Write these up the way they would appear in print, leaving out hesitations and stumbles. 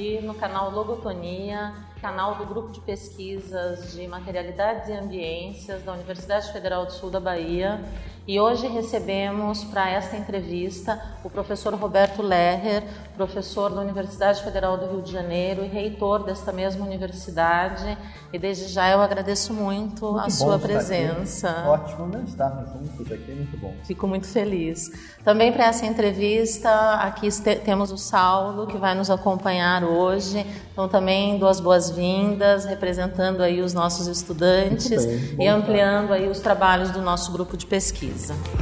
aqui no canal Logotonia, canal do Grupo de Pesquisas de Materialidades e Ambiências da Universidade Federal do Sul da Bahia. E hoje recebemos para esta entrevista o professor Roberto Lerrer, professor da Universidade Federal do Rio de Janeiro e reitor desta mesma universidade. E desde já eu agradeço muito a sua presença. Ótimo, né? Estarmos juntos aqui, muito bom. Fico muito feliz. Também para essa entrevista, aqui temos o Saulo, que vai nos acompanhar hoje. Então também dou as boas-vindas, representando aí os nossos estudantes e ampliando aí os trabalhos do nosso grupo de pesquisa.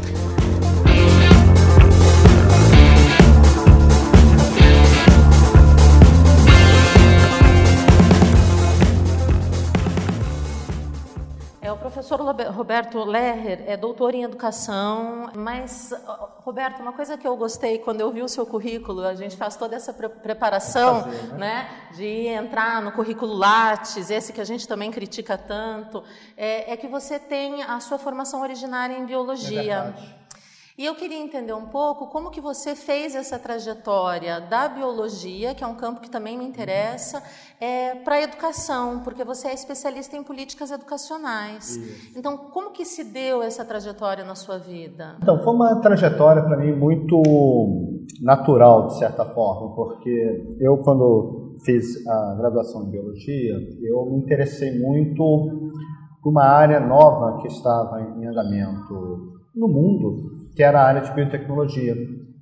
O professor Roberto Lerrer é doutor em educação, mas, Roberto, uma coisa que eu gostei quando eu vi o seu currículo, a gente faz toda essa preparação, né, de entrar no currículo Lattes, esse que a gente também critica tanto, é que você tem a sua formação originária em biologia. E eu queria entender um pouco como que você fez essa trajetória da biologia, que é um campo que também me interessa, para a educação, porque você é especialista em políticas educacionais. Isso. Então, como que se deu essa trajetória na sua vida? Então, foi uma trajetória para mim muito natural, de certa forma, porque eu, quando fiz a graduação em biologia, eu me interessei muito por uma área nova que estava em andamento no mundo, que era a área de biotecnologia.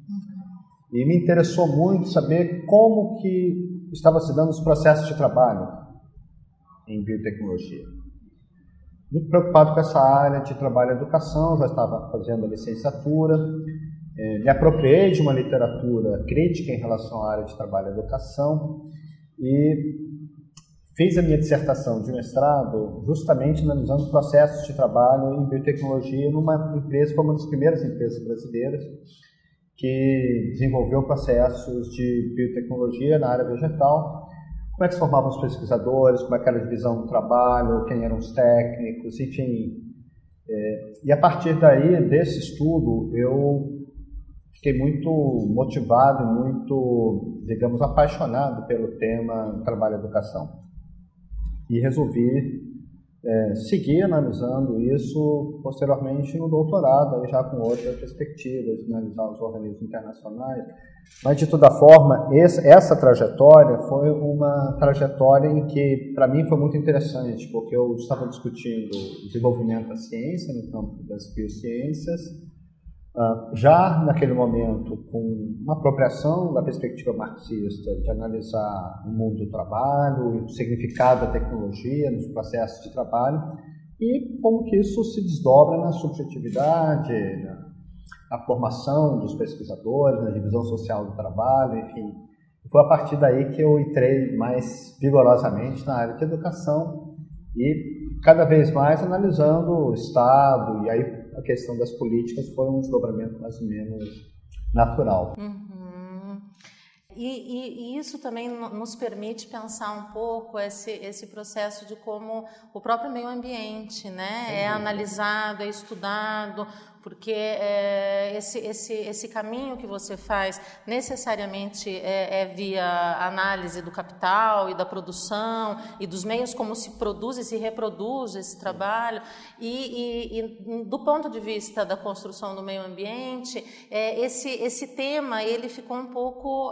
E me interessou muito saber como que estava se dando os processos de trabalho em biotecnologia. Muito preocupado com essa área de trabalho e educação, já estava fazendo a licenciatura, me apropriei de uma literatura crítica em relação à área de trabalho e educação e fiz a minha dissertação de mestrado justamente analisando processos de trabalho em biotecnologia numa empresa, foi uma das primeiras empresas brasileiras que desenvolveu processos de biotecnologia na área vegetal. Como é que se formavam os pesquisadores, como é que era a divisão do trabalho, quem eram os técnicos, enfim. E a partir daí, desse estudo, eu fiquei muito motivado, muito, digamos, apaixonado pelo tema trabalho e educação. E resolvi seguir analisando isso posteriormente no doutorado, aí já com outras perspectivas, analisar os organismos internacionais. Mas, de toda forma, essa trajetória foi uma trajetória em que, para mim, foi muito interessante, porque eu estava discutindo o desenvolvimento da ciência no campo das biociências, já naquele momento com uma apropriação da perspectiva marxista de analisar o mundo do trabalho e o significado da tecnologia nos processos de trabalho e como que isso se desdobra na subjetividade, na formação dos pesquisadores, na divisão social do trabalho, enfim. Foi a partir daí que eu entrei mais vigorosamente na área de educação e cada vez mais analisando o Estado e aí a questão das políticas foi um desdobramento mais ou menos natural. E isso também nos permite pensar um pouco esse processo de como o próprio meio ambiente, né, é analisado, é estudado, porque esse caminho que você faz necessariamente é via análise do capital e da produção e dos meios como se produz e se reproduz esse trabalho e do ponto de vista da construção do meio ambiente, esse tema ele ficou um pouco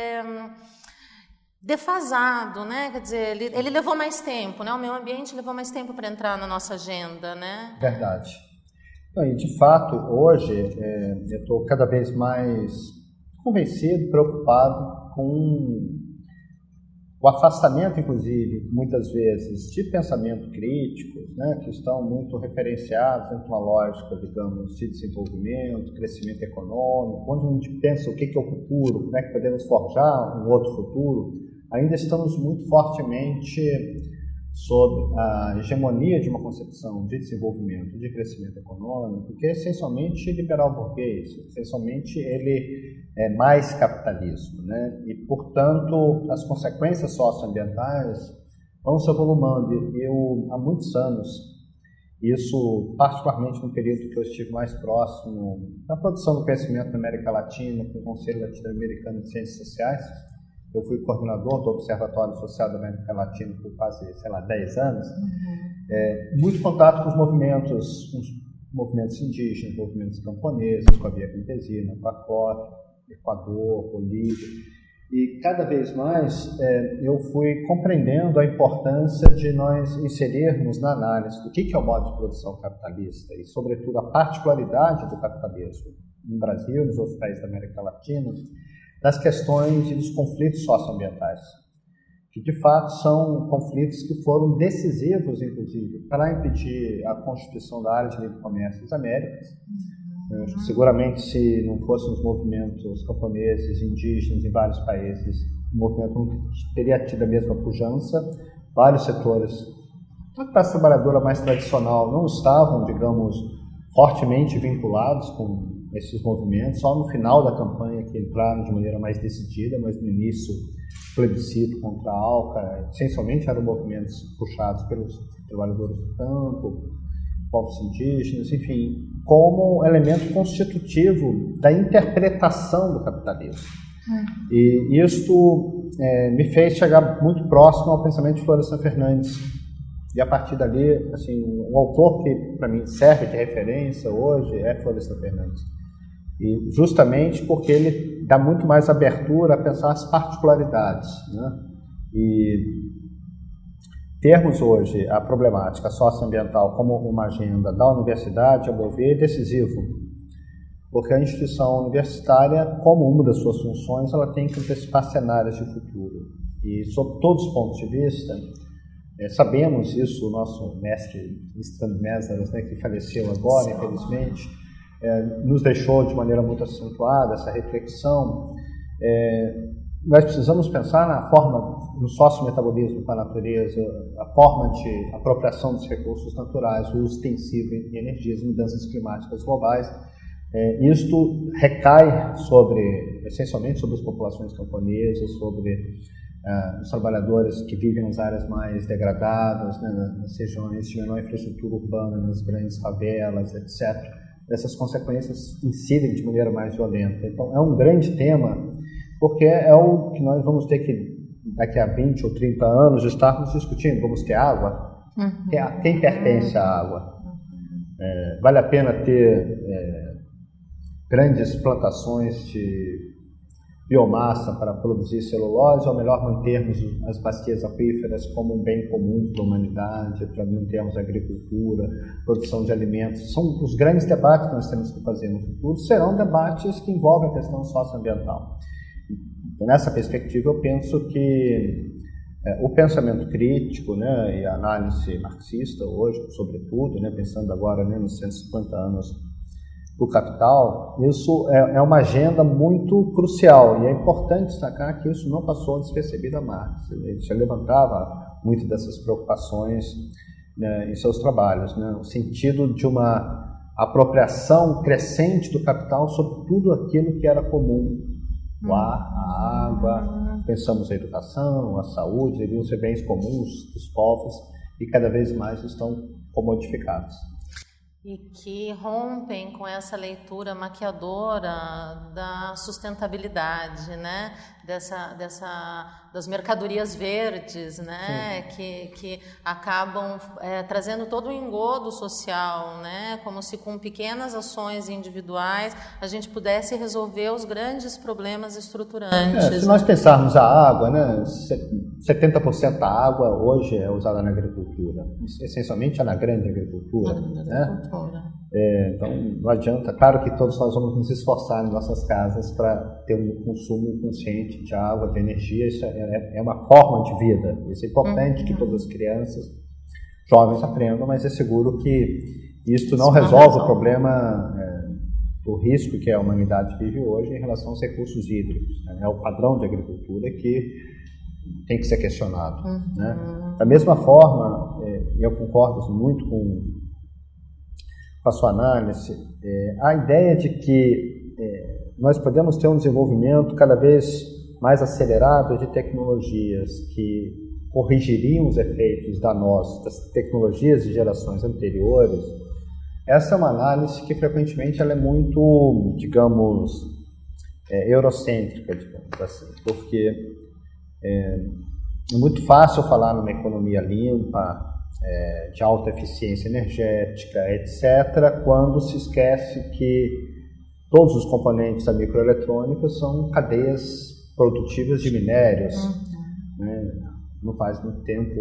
defasado, né? Quer dizer, ele levou mais tempo, né? O meio ambiente levou mais tempo para entrar na nossa agenda, né? Verdade. E, de fato, hoje eu estou cada vez mais convencido, preocupado com o afastamento, inclusive, muitas vezes, de pensamento críticos, né, que estão muito referenciados dentro de uma lógica, digamos, de desenvolvimento, crescimento econômico. Quando a gente pensa o que é o futuro, como é que podemos forjar um outro futuro, ainda estamos muito fortemente sob a hegemonia de uma concepção de desenvolvimento, de crescimento econômico, que é essencialmente liberal burguês, essencialmente ele é mais capitalismo, né? E, portanto, as consequências socioambientais vão se avolumando. Eu, há muitos anos, isso particularmente no período que eu estive mais próximo da produção do conhecimento na América Latina, com o Conselho Latino-Americano de Ciências Sociais, eu fui coordenador do Observatório Social da América Latina por quase, 10 anos, muito contato com os movimentos indígenas, movimentos camponeses, com a Via Campesina, com a COP, Equador, Bolívia. E cada vez mais eu fui compreendendo a importância de nós inserirmos na análise do que é o modo de produção capitalista e, sobretudo, a particularidade do capitalismo no Brasil, nos outros países da América Latina, das questões e dos conflitos socioambientais, que de fato são conflitos que foram decisivos, inclusive, para impedir a constituição da área de livre comércio das Américas. Seguramente, se não fossem os movimentos camponeses, indígenas em vários países, o movimento não teria tido a mesma pujança. Vários setores, a classe trabalhadora mais tradicional, não estavam, digamos, fortemente vinculados com esses movimentos. Só no final da campanha que entraram de maneira mais decidida, mas no início, plebiscito contra a ALCA, essencialmente eram movimentos puxados pelos trabalhadores do campo, povos indígenas, enfim, como elemento constitutivo da interpretação do capitalismo. E isto me fez chegar muito próximo ao pensamento de Florestan Fernandes. E a partir dali, assim, o autor que para mim serve de referência hoje é Florestan Fernandes. E justamente porque ele dá muito mais abertura a pensar as particularidades, né? E termos hoje a problemática socioambiental como uma agenda da universidade, a meu ver, é decisivo, porque a instituição universitária, como uma das suas funções, ela tem que antecipar cenários de futuro. E, sob todos os pontos de vista, sabemos isso, o nosso mestre Strand Messeras, né, que faleceu agora, infelizmente, nos deixou de maneira muito acentuada essa reflexão. Nós precisamos pensar na forma, no sócio-metabolismo com a natureza, a forma de apropriação dos recursos naturais, o uso intensivo em energias, mudanças climáticas globais. Isto recai essencialmente sobre as populações camponesas, sobre os trabalhadores que vivem nas áreas mais degradadas, né, nas regiões de menor infraestrutura urbana, nas grandes favelas, etc. Essas consequências incidem de maneira mais violenta. Então, é um grande tema, porque é o que nós vamos ter que, daqui a 20 ou 30 anos, estarmos discutindo. Vamos ter água? Quem pertence à água? Vale a pena ter grandes plantações de biomassa para produzir celulose, ou melhor mantermos as bacias aquíferas como um bem comum para a humanidade, para mantermos a agricultura, produção de alimentos? São os grandes debates que nós temos que fazer no futuro, serão debates que envolvem a questão socioambiental. Nessa perspectiva, eu penso que o pensamento crítico, né, e a análise marxista hoje, sobretudo, né, pensando agora, né, nos 150 anos do Capital, isso é uma agenda muito crucial, e é importante destacar que isso não passou despercebido a Marx. Ele já levantava muitas dessas preocupações, né, em seus trabalhos, né, no sentido de uma apropriação crescente do capital sobre tudo aquilo que era comum. O ar, a água, pensamos a educação, a saúde, deviam ser bens comuns dos povos e cada vez mais estão comodificados. E que rompem com essa leitura maquiadora da sustentabilidade, né? Das mercadorias verdes, né? Que acabam trazendo todo o engodo social, né? Como se com pequenas ações individuais a gente pudesse resolver os grandes problemas estruturantes. Se nós pensarmos a água, né? 70% da água hoje é usada na agricultura, essencialmente é na grande agricultura. Né? Então, não adianta. Claro que todos nós vamos nos esforçar em nossas casas para ter um consumo consciente de água, de energia. Isso é uma forma de vida. Isso é importante que todas as crianças, jovens aprendam, mas é seguro que isso não resolve o problema do risco que a humanidade vive hoje em relação aos recursos hídricos. Né? É o padrão de agricultura que tem que ser questionado. Né? Da mesma forma, eu concordo muito com a sua análise, a ideia de que nós podemos ter um desenvolvimento cada vez mais acelerado de tecnologias que corrigiriam os efeitos das tecnologias de gerações anteriores. Essa é uma análise que frequentemente ela é muito, digamos, eurocêntrica, digamos assim, porque É muito fácil falar numa economia limpa, de alta eficiência energética, etc., quando se esquece que todos os componentes da microeletrônica são cadeias produtivas de minérios. Né? Não faz muito tempo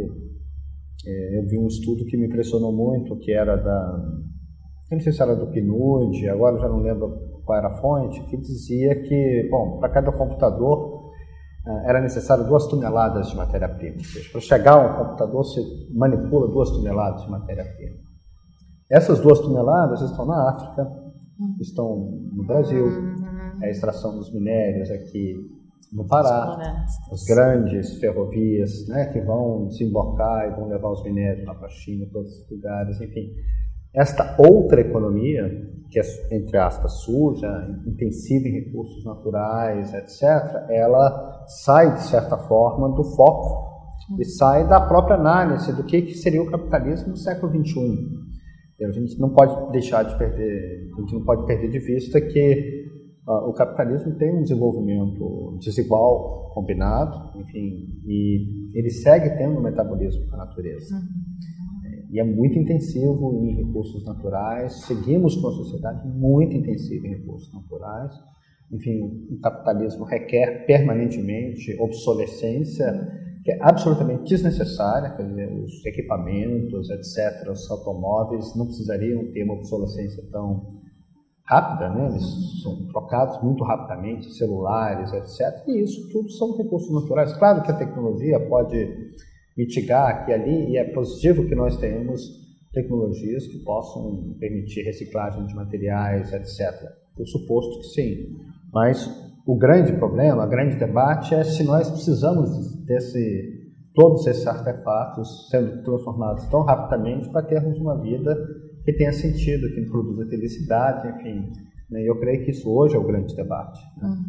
eu vi um estudo que me impressionou muito, que era eu não sei se era do PNUD, agora já não lembro qual era a fonte, que dizia que, bom, para cada computador era necessário 2 toneladas de matéria-prima. Ou seja, para chegar a um computador, se manipula 2 toneladas de matéria-prima. Essas 2 toneladas estão na África, estão no Brasil, a extração dos minérios aqui no Pará, as grandes ferrovias, né, que vão desembocar e vão levar os minérios lá para a China, para outros lugares, enfim. Esta outra economia, que é, entre aspas, suja, intensiva em recursos naturais, etc., ela sai, de certa forma, do foco e sai da própria análise do que seria o capitalismo no século XXI. A gente não pode deixar de perder, a gente não pode perder de vista que o capitalismo tem um desenvolvimento desigual, combinado, enfim, e ele segue tendo um metabolismo da natureza. E é muito intensivo em recursos naturais, seguimos com uma sociedade muito intensiva em recursos naturais. Enfim, o capitalismo requer permanentemente obsolescência, que é absolutamente desnecessária, quer dizer, os equipamentos, etc., os automóveis não precisariam ter uma obsolescência tão rápida, né? Eles são trocados muito rapidamente, celulares, etc., e isso tudo são recursos naturais. Claro que a tecnologia pode mitigar aqui e ali, e é positivo que nós tenhamos tecnologias que possam permitir reciclagem de materiais, etc. Por suposto que sim, mas o grande problema, o grande debate é se nós precisamos todos esses artefatos sendo transformados tão rapidamente para termos uma vida que tenha sentido, que produza felicidade, enfim. Né? Eu creio que isso hoje é o grande debate.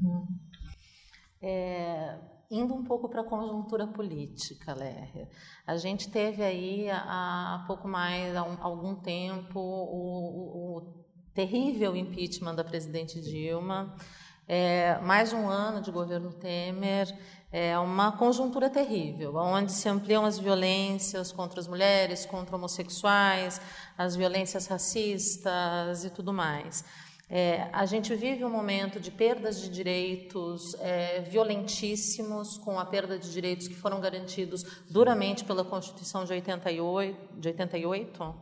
Né? Indo um pouco para a conjuntura política, Lerrer, a gente teve aí há pouco mais, há algum tempo, o terrível impeachment da presidente Dilma, mais de um ano de governo Temer, uma conjuntura terrível, onde se ampliam as violências contra as mulheres, contra homossexuais, as violências racistas e tudo mais. A gente vive um momento de perdas de direitos violentíssimos, com a perda de direitos que foram garantidos duramente pela Constituição de 88?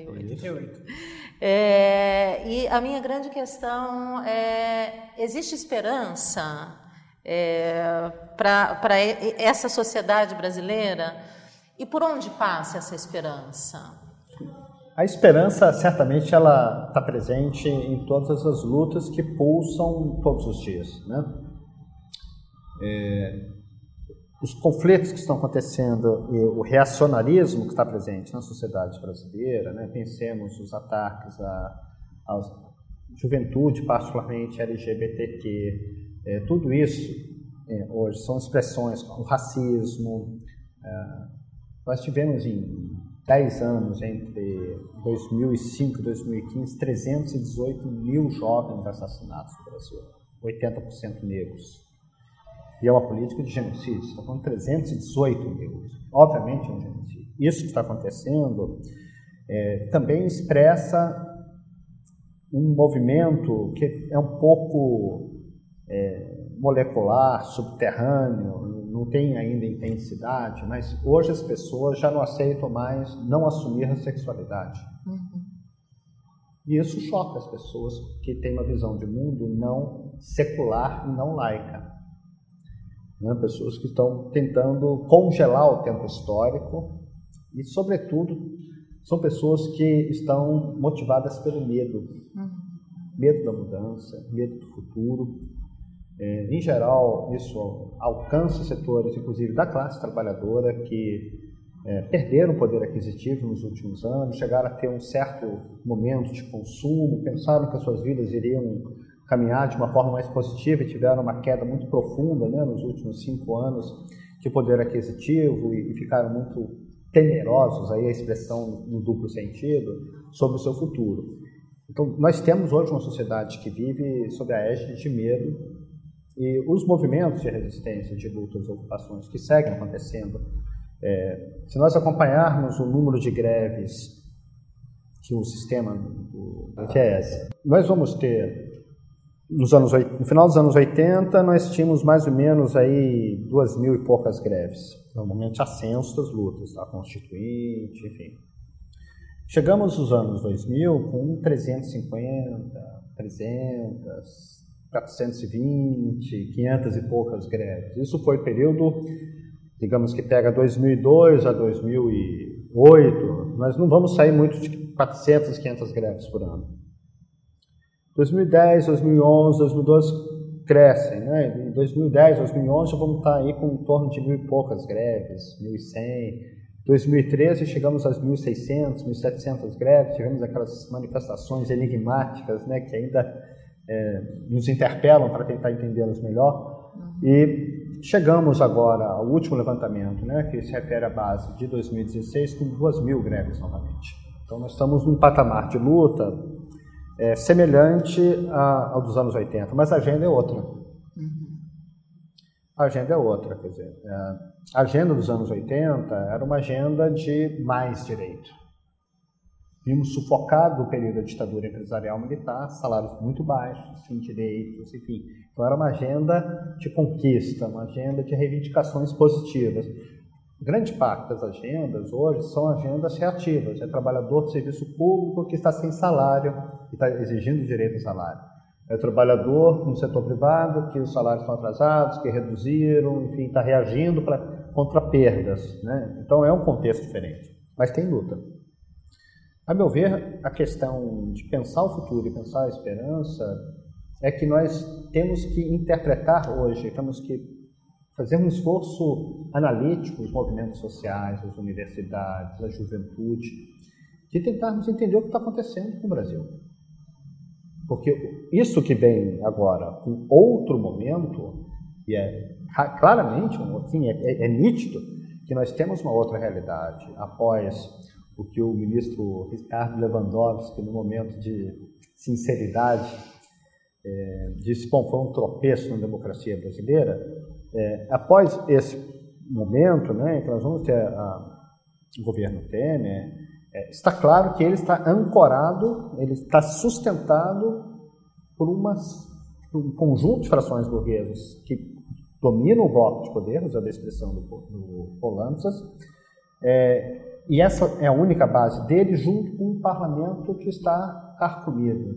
E a minha grande questão é: existe esperança para essa sociedade brasileira? E por onde passa essa esperança? A esperança, certamente, ela está presente em todas as lutas que pulsam todos os dias, né? Os conflitos que estão acontecendo e o reacionarismo que está presente na sociedade brasileira, né? Pensemos os ataques à juventude, particularmente LGBTQ, tudo isso hoje são expressões como o racismo. Nós tivemos em 10 anos, entre 2005 e 2015, 318 mil jovens assassinados no Brasil, 80% negros. E é uma política de genocídio, está falando 318 mil. Obviamente é um genocídio. Isso que está acontecendo também expressa um movimento que é um pouco molecular, subterrâneo, não tem ainda intensidade, mas hoje as pessoas já não aceitam mais não assumir a sexualidade. E isso choca as pessoas que têm uma visão de mundo não secular e não laica. Né? Pessoas que estão tentando congelar o tempo histórico e, sobretudo, são pessoas que estão motivadas pelo medo. Medo da mudança, medo do futuro. Em geral, isso alcança setores, inclusive da classe trabalhadora, que perderam o poder aquisitivo nos últimos anos, chegaram a ter um certo momento de consumo, pensaram que as suas vidas iriam caminhar de uma forma mais positiva e tiveram uma queda muito profunda, né, nos últimos 5 anos de poder aquisitivo e ficaram muito temerosos, aí a expressão no duplo sentido, sobre o seu futuro. Então, nós temos hoje uma sociedade que vive sob a égide de medo E os movimentos de resistência, de lutas, ocupações que seguem acontecendo, se nós acompanharmos o número de greves que o sistema do QS, nós vamos ter, no final dos anos 80, nós tínhamos mais ou menos aí 2.000 e poucas greves, normalmente ascenso das lutas, a Constituinte, enfim. Chegamos nos anos 2000 com 350, 300, 420, 500 e poucas greves. Isso foi período, digamos que pega 2002 a 2008, nós não vamos sair muito de 400, 500 greves por ano. 2010, 2011, 2012 crescem, né? Em 2010, 2011 já vamos estar aí com em torno de 1.000 e poucas greves, 1.100. 2013 chegamos às 1.600, 1.700 greves, tivemos aquelas manifestações enigmáticas, né, que ainda nos interpelam para tentar entendê-las melhor. E chegamos agora ao último levantamento, né, que se refere à base de 2016, com 2.000 greves novamente. Então nós estamos num patamar de luta semelhante ao dos anos 80, mas a agenda é outra. A agenda é outra, quer dizer, a agenda dos anos 80 era uma agenda de mais direito. Vimos sufocado o período da ditadura empresarial militar, salários muito baixos, sem direitos, enfim. Então era uma agenda de conquista, uma agenda de reivindicações positivas. Grande parte das agendas hoje são agendas reativas. É trabalhador do serviço público que está sem salário e está exigindo direito ao salário. É trabalhador no setor privado que os salários estão atrasados, que reduziram, enfim, está reagindo contra perdas, né? Então é um contexto diferente, mas tem luta. A meu ver, a questão de pensar o futuro e pensar a esperança é que nós temos que interpretar hoje, temos que fazer um esforço analítico, os movimentos sociais, as universidades, a juventude, de tentarmos entender o que está acontecendo com o Brasil. Porque isso que vem agora, com outro momento, e claramente, assim, é nítido que nós temos uma outra realidade. Após o que o ministro Ricardo Lewandowski, no momento de sinceridade, disse, bom, foi um tropeço na democracia brasileira. Após esse momento, né, então nós vamos ter o governo Temer, está claro que ele está ancorado, ele está sustentado por um conjunto de frações burguesas que dominam o bloco de poder, usando a expressão do Polantzas, e essa é a única base dele, junto com um parlamento que está carcomido.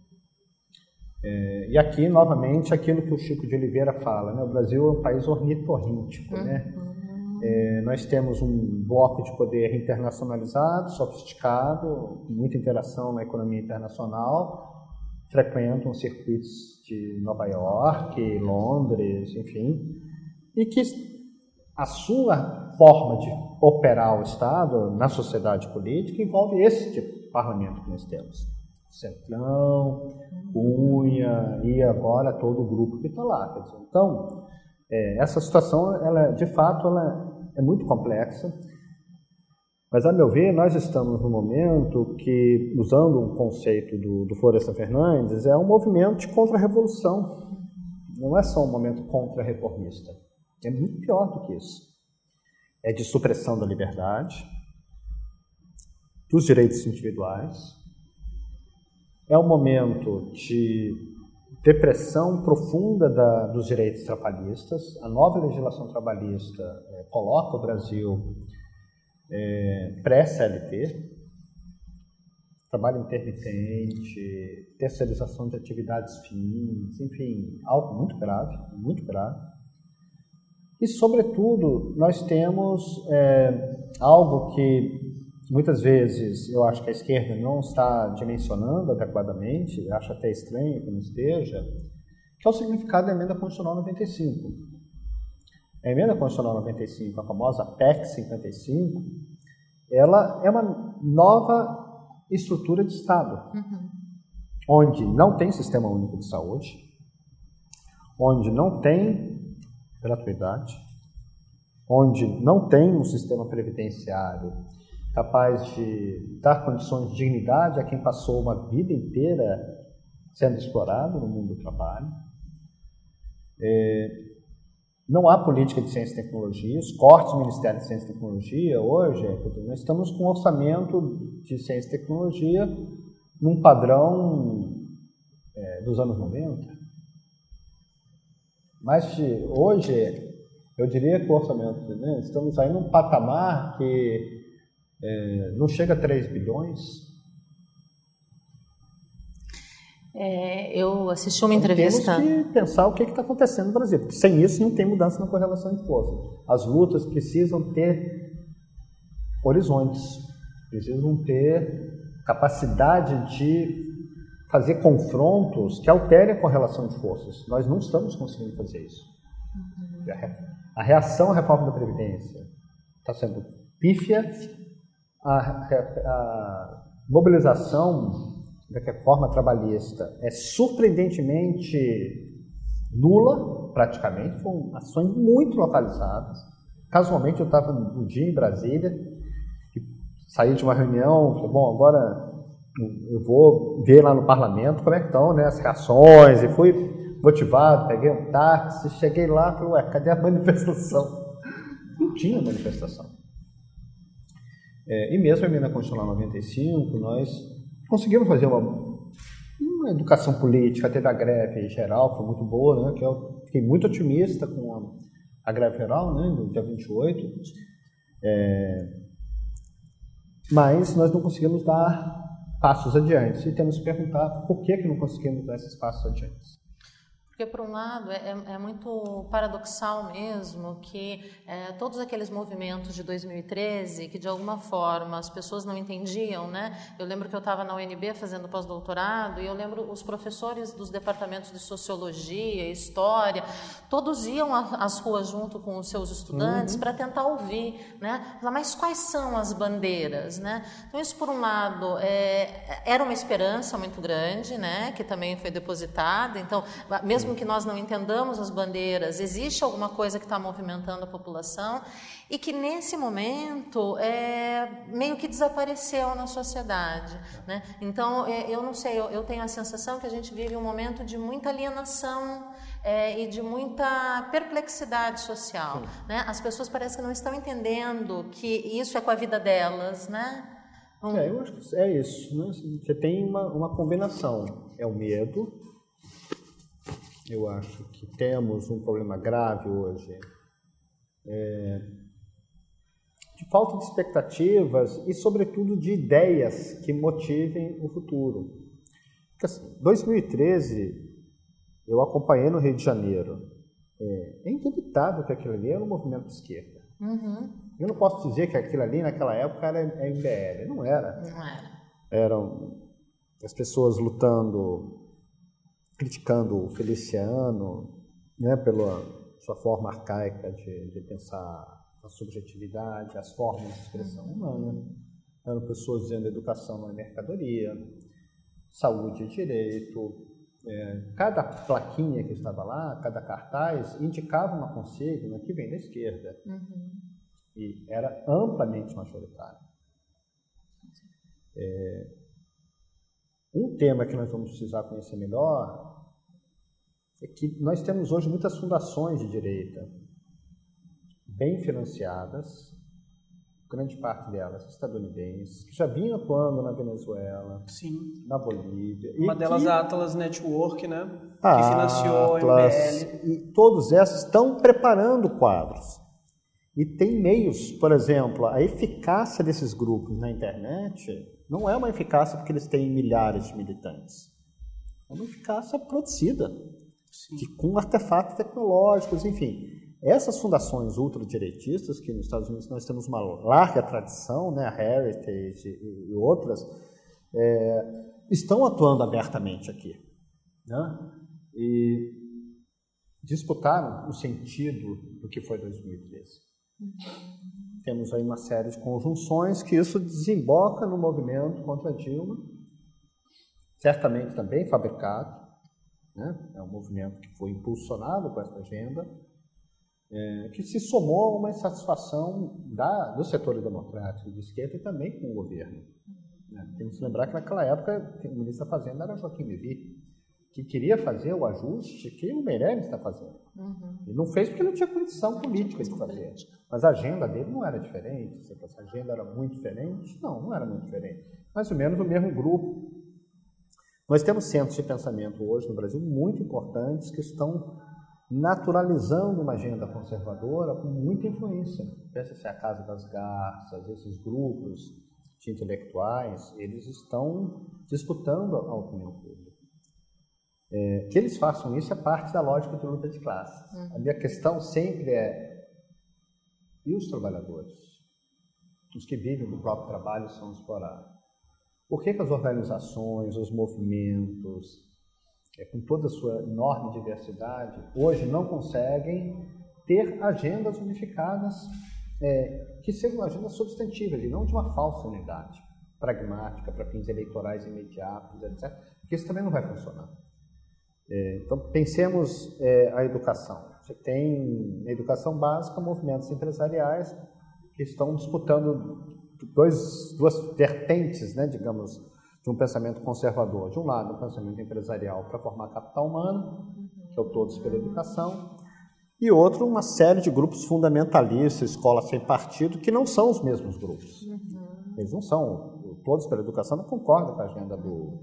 E aqui, novamente, aquilo que o Chico de Oliveira fala, né? O Brasil é um país ornitorríntico, né? Nós temos um bloco de poder internacionalizado, sofisticado, com muita interação na economia internacional, frequentam circuitos de Nova York, Londres, enfim, e que a sua forma de operar o Estado na sociedade política envolve esse tipo de parlamento que nós temos. Centrão, Cunha e agora todo o grupo que está lá. Quer dizer, então, essa situação, de fato, ela é muito complexa, mas, a meu ver, nós estamos num momento que, usando o conceito do Florestan Fernandes, é um movimento de contra-revolução. Não é só um momento contra-reformista. É muito pior do que isso. É de supressão da liberdade, dos direitos individuais. É um momento de depressão profunda dos direitos trabalhistas. A nova legislação trabalhista coloca o Brasil pré-CLT, trabalho intermitente, terceirização de atividades fins, enfim, algo muito grave, muito grave. E, sobretudo, nós temos algo que muitas vezes eu acho que a esquerda não está dimensionando adequadamente, acho até estranho que não esteja, que é o significado da Emenda Constitucional 95. A Emenda Constitucional 95, a famosa PEC 55, ela é uma nova estrutura de Estado, onde não tem sistema único de saúde, onde não tem gratuidade, onde não tem um sistema previdenciário capaz de dar condições de dignidade a quem passou uma vida inteira sendo explorado no mundo do trabalho, Não há política de ciência e tecnologia, os cortes do Ministério de Ciência e Tecnologia hoje, nós estamos com um orçamento de ciência e tecnologia num padrão dos anos 90. Mas hoje, eu diria que o orçamento, né, estamos aí num patamar que não chega a 3 bilhões. Eu assisti uma entrevista... Temos que pensar o que está acontecendo no Brasil, porque sem isso não tem mudança na correlação de forças. As lutas precisam ter horizontes, precisam ter capacidade de fazer confrontos que alterem a correlação de forças. Nós não estamos conseguindo fazer isso. A reação à reforma da Previdência está sendo pífia, a mobilização da reforma trabalhista é surpreendentemente nula, praticamente, foram ações muito localizadas. Casualmente, eu estava um dia em Brasília, saí de uma reunião, falei, bom, agora eu vou ver lá no parlamento como é que estão, né, as reações, e fui motivado, peguei um táxi, cheguei lá, falei, ué, cadê a manifestação? Não tinha manifestação. E mesmo a emenda constitucional 95, nós conseguimos fazer uma educação política, teve a greve geral, foi muito boa, né, que eu fiquei muito otimista com a greve geral, né, no dia 28, mas nós não conseguimos dar passos adiante, e temos que perguntar por que não conseguimos dar esses passos adiante. Porque, por um lado, é muito paradoxal mesmo que todos aqueles movimentos de 2013, que de alguma forma as pessoas não entendiam, né? Eu lembro que eu estava na UNB fazendo pós-doutorado e eu lembro os professores dos departamentos de Sociologia, História, todos iam às ruas junto com os seus estudantes para tentar ouvir, né? Mas quais são as bandeiras, né? Então, isso, por um lado, era uma esperança muito grande, né? Que também foi depositada. Então, mesmo que nós não entendamos as bandeiras, existe alguma coisa que está movimentando a população e que nesse momento meio que desapareceu na sociedade, né? Então, eu não sei, eu tenho a sensação que a gente vive um momento de muita alienação e de muita perplexidade social, né? As pessoas parecem que não estão entendendo que isso é com a vida delas, né? Eu acho que é isso, né? Você tem uma combinação, é o medo. Eu acho que temos um problema grave hoje de falta de expectativas e, sobretudo, de ideias que motivem o futuro. Porque, assim, 2013, eu acompanhei no Rio de Janeiro. É indubitável que aquilo ali era um movimento de esquerda. Eu não posso dizer que aquilo ali, naquela época, era MBL. Não era. Não era. Eram as pessoas lutando, criticando o Feliciano, né, pela sua forma arcaica de pensar a subjetividade, as formas de expressão humana. Eram pessoas dizendo educação não é mercadoria, saúde é direito. Cada plaquinha que estava lá, cada cartaz, indicava uma consigna que vem da esquerda. E era amplamente majoritário. Um tema que nós vamos precisar conhecer melhor é que nós temos hoje muitas fundações de direita bem financiadas, grande parte delas estadunidenses, que já vinham atuando na Venezuela, sim, na Bolívia. Uma delas a Atlas Network, né? Que financiou Atlas, a MBL. E todos esses estão preparando quadros. E tem meios, por exemplo, a eficácia desses grupos na internet não é uma eficácia porque eles têm milhares de militantes. É uma eficácia produzida, com artefatos tecnológicos, enfim. Essas fundações ultradireitistas, que nos Estados Unidos nós temos uma larga tradição, né, a Heritage e outras, estão atuando abertamente aqui, né? E disputaram o sentido do que foi 2013. Temos aí uma série de conjunções que isso desemboca no movimento contra Dilma, certamente também fabricado, né? É um movimento que foi impulsionado com essa agenda, que se somou a uma insatisfação do setor democrático de esquerda e também com o governo. Temos que lembrar que naquela época o ministro da Fazenda era Joaquim Levy, que queria fazer o ajuste que o Meirelles está fazendo. Ele não fez porque não tinha condição política de fazer. Mas a agenda dele não era diferente. Se essa agenda era muito diferente, não era muito diferente. Mais ou menos o mesmo grupo. Nós temos centros de pensamento hoje no Brasil muito importantes que estão naturalizando uma agenda conservadora com muita influência. Pensa-se a Casa das Garças, esses grupos de intelectuais, eles estão disputando a opinião pública. Que eles façam isso é parte da lógica de luta de classes. A minha questão sempre e os trabalhadores? Os que vivem do próprio trabalho são explorados. Por que as organizações, os movimentos, com toda a sua enorme diversidade, hoje não conseguem ter agendas unificadas que sejam agendas substantivas e não de uma falsa unidade pragmática para fins eleitorais imediatos, etc. Porque isso também não vai funcionar. Então, pensemos a educação. Você tem, na educação básica, movimentos empresariais que estão disputando duas vertentes, né, digamos, de um pensamento conservador. De um lado, um pensamento empresarial para formar capital humano, que é o Todos pela Educação, e outro, uma série de grupos fundamentalistas, escolas sem partido, que não são os mesmos grupos. Eles não são. O Todos pela Educação não concorda com a agenda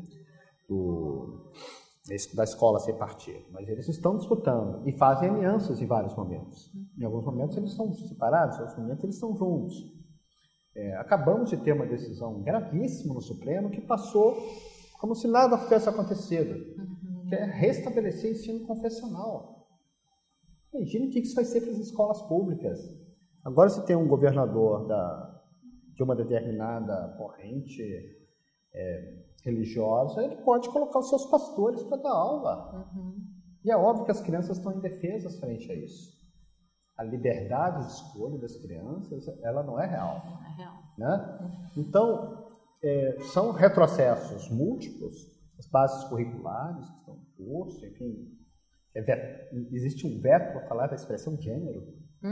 da escola sem partido, mas eles estão disputando e fazem alianças em vários momentos. Em alguns momentos eles estão separados, em outros momentos eles estão juntos. Acabamos de ter uma decisão gravíssima no Supremo que passou como se nada tivesse acontecido, que é restabelecer o ensino confessional. Imagine o que isso vai ser para as escolas públicas. Agora, se tem um governador de uma determinada corrente religiosa, ele pode colocar os seus pastores para dar aula. E é óbvio que as crianças estão indefesas frente a isso. A liberdade de escolha das crianças, ela não é real. Não é real. Né? Então, são retrocessos múltiplos, as bases curriculares que estão em curso, enfim, existe um veto para falar da expressão gênero.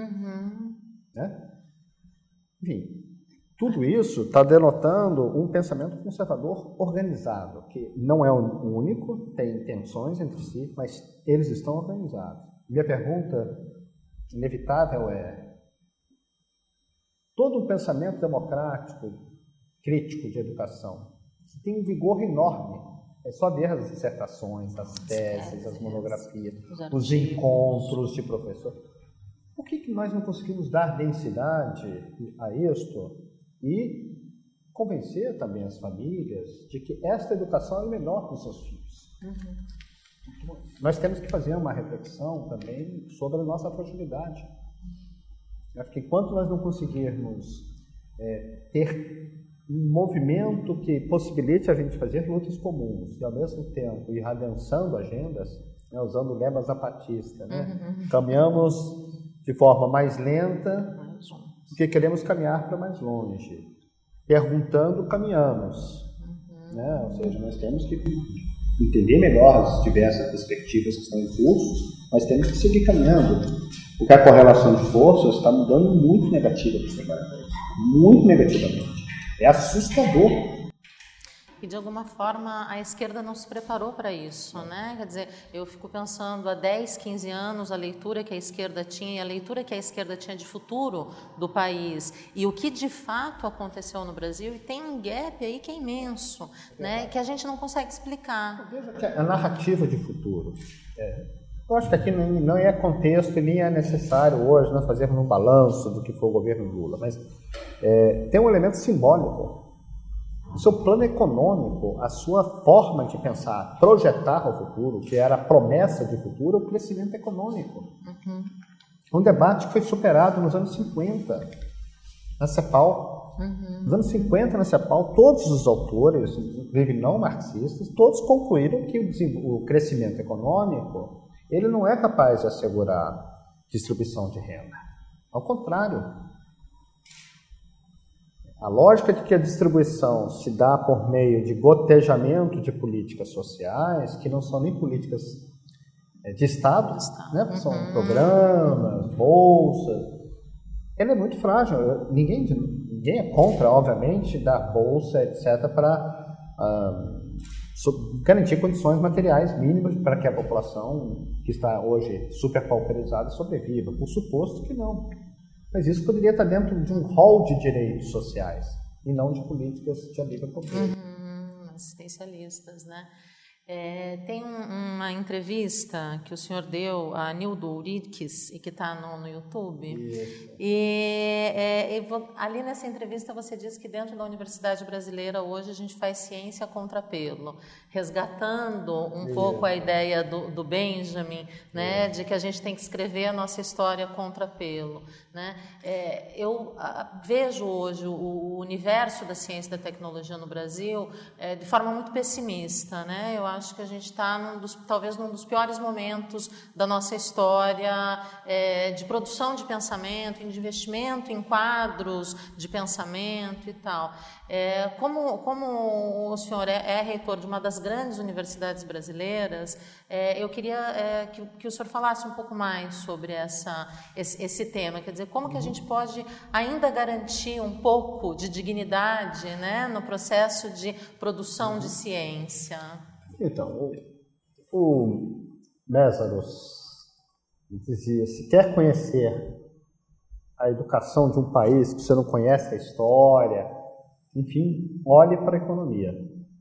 Né? Enfim, tudo isso está denotando um pensamento conservador organizado, que não é o único, tem tensões entre si, mas eles estão organizados. Minha pergunta inevitável todo um pensamento democrático, crítico de educação, que tem um vigor enorme. É só ver as dissertações, as teses, as monografias, os encontros de professores. Por que nós não conseguimos dar densidade a isto e convencer também as famílias de que esta educação é melhor para os seus filhos? Nós temos que fazer uma reflexão também sobre a nossa fragilidade. Eu acho que enquanto nós não conseguirmos ter um movimento que possibilite a gente fazer lutas comuns e, ao mesmo tempo, ir adensando agendas, né, usando o lema zapatista, né? Caminhamos de forma mais lenta, porque queremos caminhar para mais longe. Perguntando, caminhamos. Né? Ou seja, nós temos que entender melhor as diversas perspectivas que estão em curso, mas temos que seguir caminhando. Porque a correlação de forças está mudando muito negativa para os trabalhadores. Muito negativamente. É assustador. E, de alguma forma, a esquerda não se preparou para isso, né? Quer dizer, eu fico pensando, há 10, 15 anos, a leitura que a esquerda tinha e a leitura que a esquerda tinha de futuro do país e o que, de fato, aconteceu no Brasil, e tem um gap aí que é imenso, né? Que a gente não consegue explicar. Veja que a narrativa de futuro, eu acho que aqui não é contexto e nem é necessário hoje nós fazermos um balanço do que foi o governo Lula, mas tem um elemento simbólico. O seu plano econômico, a sua forma de pensar, projetar o futuro, que era a promessa de futuro, é o crescimento econômico. Um debate que foi superado nos anos 50, na CEPAL. Nos anos 50, na CEPAL, todos os autores, inclusive não marxistas, todos concluíram que o crescimento econômico ele não é capaz de assegurar distribuição de renda. Ao contrário. A lógica de que a distribuição se dá por meio de gotejamento de políticas sociais, que não são nem políticas de Estado, né? São programas, bolsas, ela é muito frágil. Ninguém é contra, obviamente, dar bolsa, etc., para garantir condições materiais mínimas para que a população que está hoje super pauperizada sobreviva, por suposto que não. Mas isso poderia estar dentro de um rol de direitos sociais e não de políticas de alívio à pobreza. Assistencialistas, né? Tem uma entrevista que o senhor deu a Nildo Ouriques e que está no YouTube. Ali nessa entrevista você diz que dentro da Universidade Brasileira hoje a gente faz ciência a contrapelo, resgatando um pouco a ideia do Benjamin, né, de que a gente tem que escrever a nossa história a contrapelo, né? Eu vejo hoje o universo da ciência e da tecnologia no Brasil de forma muito pessimista, né? Eu acho que a gente está talvez num dos piores momentos da nossa história de produção de pensamento, de investimento em quadros de pensamento e tal. Como o senhor é reitor de uma das grandes universidades brasileiras, eu queria que o senhor falasse um pouco mais sobre esse tema, quer dizer, como que a gente pode ainda garantir um pouco de dignidade, né, no processo de produção de ciência? Então, o Mésaros dizia, se quer conhecer a educação de um país que você não conhece a história, enfim, olhe para a economia.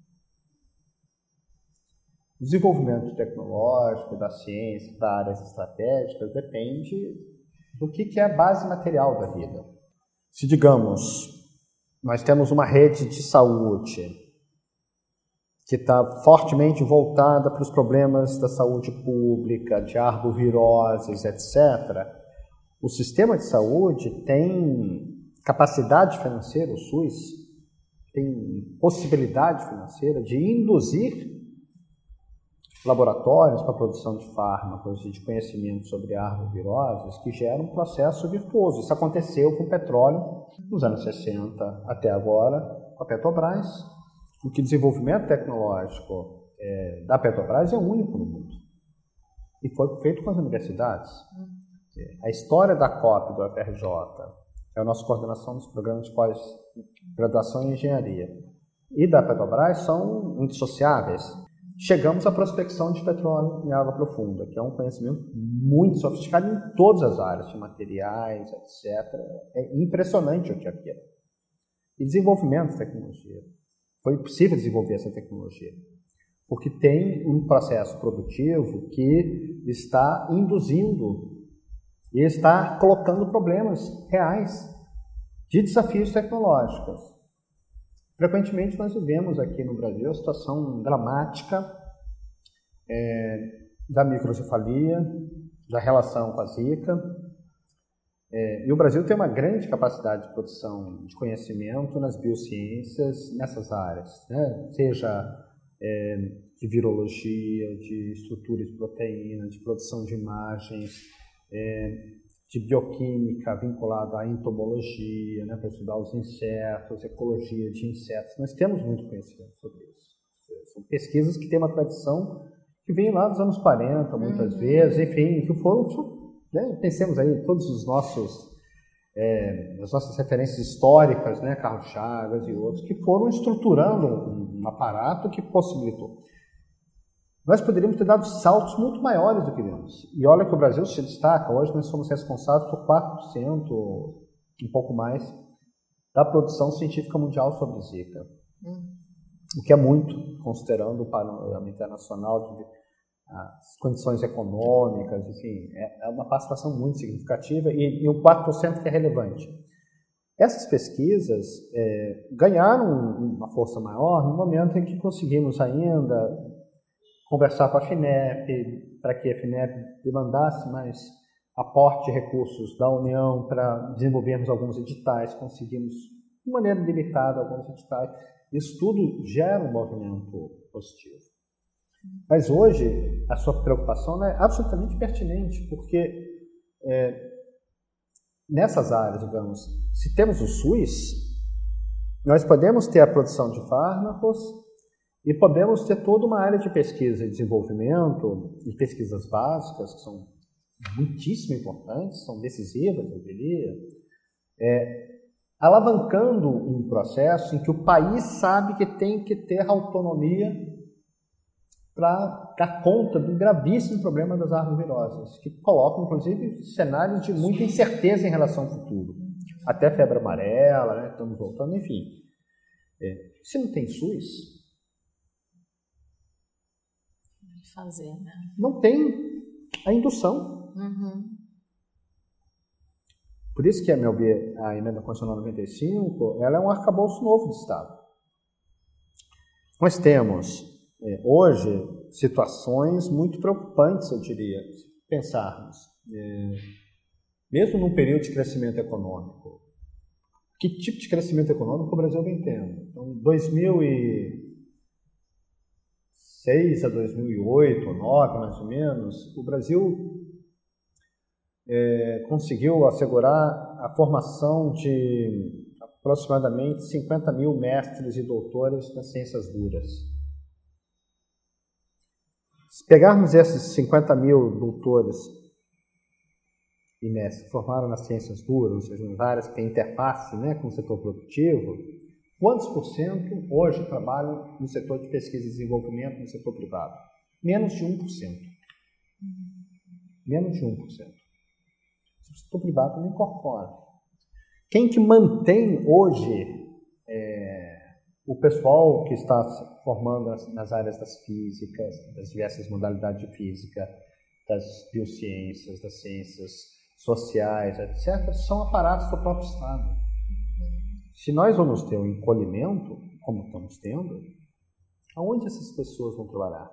O desenvolvimento tecnológico, da ciência, das áreas estratégicas, depende do que é a base material da vida. Se, digamos, nós temos uma rede de saúde que está fortemente voltada para os problemas da saúde pública, de arboviroses, etc., o sistema de saúde tem capacidade financeira, o SUS tem possibilidade financeira de induzir laboratórios para a produção de fármacos e de conhecimento sobre arboviroses que geram um processo virtuoso. Isso aconteceu com o petróleo nos anos 60 até agora, com a Petrobras. O desenvolvimento tecnológico da Petrobras é único no mundo. E foi feito com as universidades. A história da COP, do UFRJ, é a nossa coordenação dos programas de pós-graduação em engenharia, e da Petrobras são indissociáveis. Chegamos à prospecção de petróleo em água profunda, que é um conhecimento muito sofisticado em todas as áreas, de materiais, etc. É impressionante o que é aquilo. E desenvolvimento de tecnologia. Foi possível desenvolver essa tecnologia, porque tem um processo produtivo que está induzindo e está colocando problemas reais de desafios tecnológicos. Frequentemente nós vivemos aqui no Brasil a situação dramática da microcefalia, da relação com a Zika. E o Brasil tem uma grande capacidade de produção de conhecimento nas biociências, nessas áreas, né? Seja de virologia, de estrutura de proteína, de produção de imagens, de bioquímica vinculada à entomologia, né, para estudar os insetos, ecologia de insetos. Nós temos muito conhecimento sobre isso. São pesquisas que têm uma tradição que vem lá dos anos 40, muitas vezes, enfim, que foram, né, pensemos aí, todos os as nossas referências históricas, né, Carlos Chagas e outros, que foram estruturando um aparato que possibilitou. Nós poderíamos ter dado saltos muito maiores do que demos. E olha que o Brasil se destaca, hoje nós somos responsáveis por 4%, um pouco mais, da produção científica mundial sobre Zika. O que é muito, considerando o panorama internacional, as condições econômicas, enfim, é uma participação muito significativa e um 4% que é relevante. Essas pesquisas ganharam uma força maior no momento em que conseguimos ainda conversar com a FINEP, para que a FINEP demandasse mais aporte de recursos da União para desenvolvermos alguns editais, conseguimos, de maneira limitada, alguns editais. Isso tudo gera um movimento positivo. Mas hoje, a sua preocupação é absolutamente pertinente, porque nessas áreas, digamos, se temos o SUS, nós podemos ter a produção de fármacos, e podemos ter toda uma área de pesquisa e desenvolvimento, e pesquisas básicas, que são muitíssimo importantes, são decisivas, eu diria, alavancando um processo em que o país sabe que tem que ter autonomia para dar conta do gravíssimo problema das arboviroses, que colocam, inclusive, cenários de muita incerteza em relação ao futuro. Até febre amarela, né? Estamos voltando, enfim. Se não tem SUS, fazer, né? Não tem a indução. Por isso que, a meu ver, a Emenda Constitucional 95, ela é um arcabouço novo do Estado. Nós temos, hoje, situações muito preocupantes, eu diria, se pensarmos. Mesmo num período de crescimento econômico, que tipo de crescimento econômico o Brasil vem tendo? Então, 2006 a 2008, ou 2009, mais ou menos, o Brasil conseguiu assegurar a formação de aproximadamente 50 mil mestres e doutores nas ciências duras. Se pegarmos esses 50 mil doutores e mestres que formaram nas ciências duras, ou seja, nas áreas que têm interface, né, com o setor produtivo, quantos por cento hoje trabalham no setor de pesquisa e desenvolvimento no setor privado? Menos de 1%. Menos de 1%. O setor privado não incorpora. Quem que mantém hoje o pessoal que está se formando nas áreas das físicas, das diversas modalidades de física, das biociências, das ciências sociais, etc., são aparatos do próprio Estado. Se nós vamos ter um encolhimento, como estamos tendo, aonde essas pessoas vão trabalhar?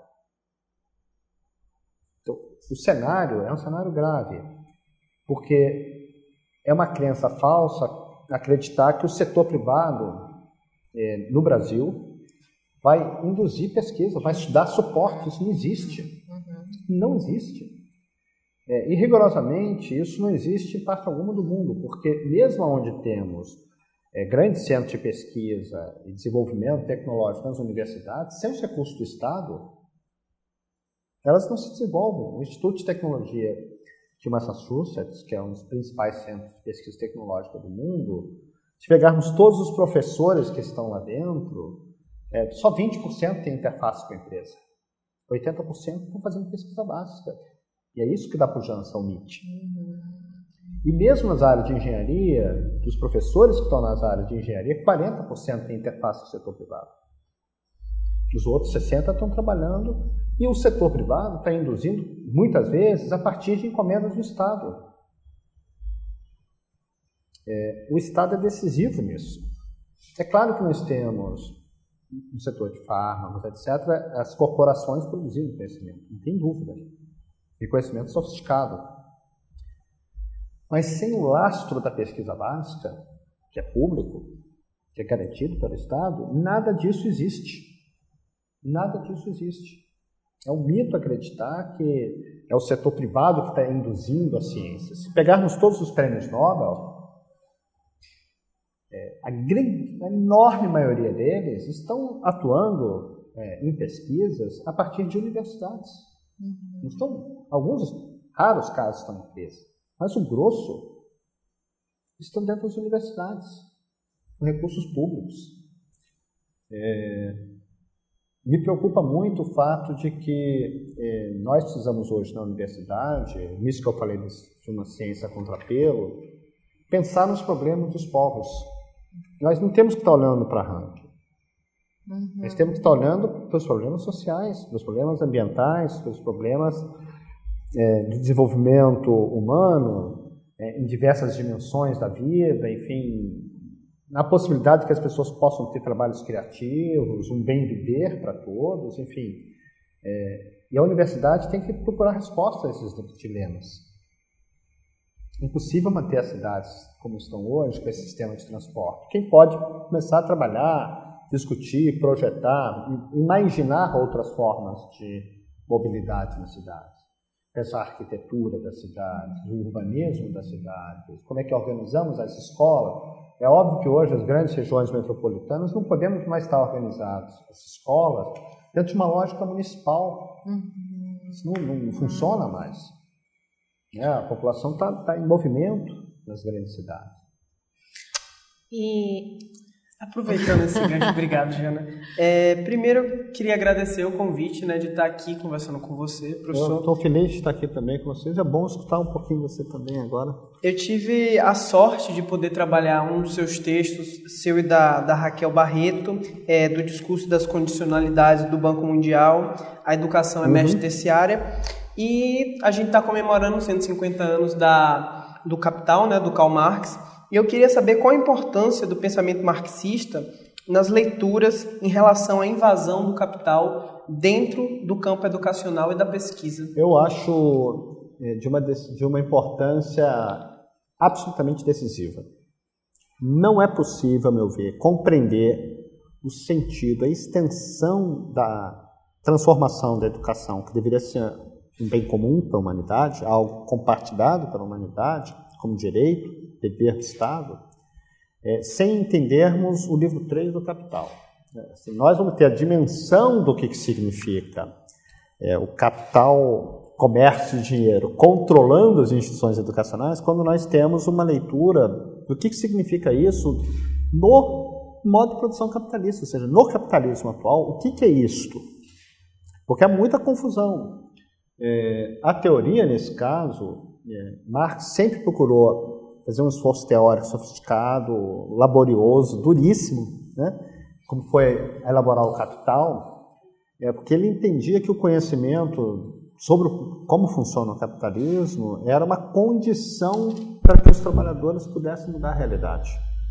Então, o cenário é um cenário grave, porque é uma crença falsa acreditar que o setor privado no Brasil vai induzir pesquisa, vai dar suporte. Isso não existe. Não existe. E rigorosamente isso não existe em parte alguma do mundo, porque mesmo onde temos grandes centros de pesquisa e desenvolvimento tecnológico nas universidades, sem os recursos do Estado, elas não se desenvolvem. O Instituto de Tecnologia de Massachusetts, que é um dos principais centros de pesquisa tecnológica do mundo, se pegarmos todos os professores que estão lá dentro, só 20% tem interface com a empresa. 80% estão fazendo pesquisa básica. E é isso que dá pujança ao MIT. E mesmo nas áreas de engenharia, dos professores que estão nas áreas de engenharia, 40% tem interface com o setor privado. Os outros 60% estão trabalhando e o setor privado está induzindo, muitas vezes, a partir de encomendas do Estado. O Estado é decisivo nisso. É claro que nós temos, no setor de fármacos, etc., as corporações produzindo conhecimento, não tem dúvida. E conhecimento sofisticado. Mas sem o lastro da pesquisa básica, que é público, que é garantido pelo Estado, nada disso existe. Nada disso existe. É um mito acreditar que é o setor privado que está induzindo a ciência. Se pegarmos todos os prêmios Nobel, a enorme maioria deles estão atuando em pesquisas a partir de universidades. Não estão, alguns raros casos estão em empresa, mas o grosso estão dentro das universidades, com recursos públicos. Me preocupa muito o fato de que nós precisamos hoje na universidade, nisso que eu falei de uma ciência contrapelo, pensar nos problemas dos povos. Nós não temos que estar olhando para ranking. Nós temos que estar olhando para os problemas sociais, para os problemas ambientais, para os problemas do desenvolvimento humano, em diversas dimensões da vida, enfim, na possibilidade que as pessoas possam ter trabalhos criativos, um bem viver para todos, enfim. E a universidade tem que procurar respostas a esses dilemas. É impossível manter as cidades como estão hoje, com esse sistema de transporte. Quem pode começar a trabalhar, discutir, projetar, imaginar outras formas de mobilidade nas cidades. Pensar a arquitetura das cidades, o urbanismo das cidades, como é que organizamos as escolas. É óbvio que hoje as grandes regiões metropolitanas não podemos mais estar organizados, as escolas, dentro de uma lógica municipal. Isso não funciona mais. A população está em movimento nas grandes cidades. E Aproveitando esse gancho, obrigado, Jana. Primeiro, eu queria agradecer o convite, né, de estar aqui conversando com você, professor. Eu estou feliz de estar aqui também com vocês. É bom escutar um pouquinho você também agora. Eu tive a sorte de poder trabalhar um dos seus textos, seu e da Raquel Barreto, do discurso das condicionalidades do Banco Mundial, a educação é mestre terciária, e a gente está comemorando os 150 anos do Capital, né, do Karl Marx. E eu queria saber qual a importância do pensamento marxista nas leituras em relação à invasão do capital dentro do campo educacional e da pesquisa. Eu acho de uma importância absolutamente decisiva. Não é possível, a meu ver, compreender o sentido, a extensão da transformação da educação, que deveria ser um bem comum para a humanidade, algo compartilhado pela humanidade, como direito, dever do Estado, sem entendermos o livro 3 do Capital. Assim, nós vamos ter a dimensão do que significa o capital, comércio e dinheiro controlando as instituições educacionais quando nós temos uma leitura do que significa isso no modo de produção capitalista, ou seja, no capitalismo atual, o que é isto? Porque há muita confusão. A teoria, nesse caso, Marx sempre procurou fazer um esforço teórico sofisticado, laborioso, duríssimo, né? Como foi elaborar o Capital, porque ele entendia que o conhecimento sobre como funciona o capitalismo era uma condição para que os trabalhadores pudessem mudar a realidade.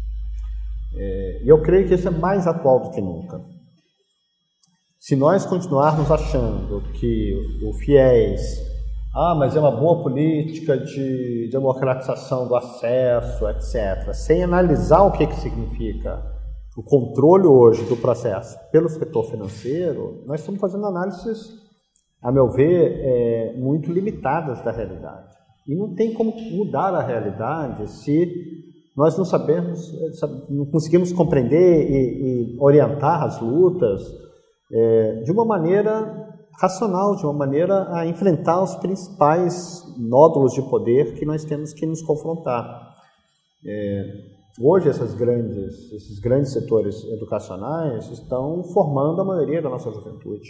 E eu creio que isso é mais atual do que nunca. Se nós continuarmos achando que o FIES, mas é uma boa política de democratização do acesso, etc., sem analisar o que significa o controle hoje do processo pelo setor financeiro, nós estamos fazendo análises, a meu ver, muito limitadas da realidade. E não tem como mudar a realidade se nós não conseguimos compreender e orientar as lutas de uma maneira racional, de uma maneira a enfrentar os principais nódulos de poder que nós temos que nos confrontar. Hoje, esses grandes setores educacionais estão formando a maioria da nossa juventude.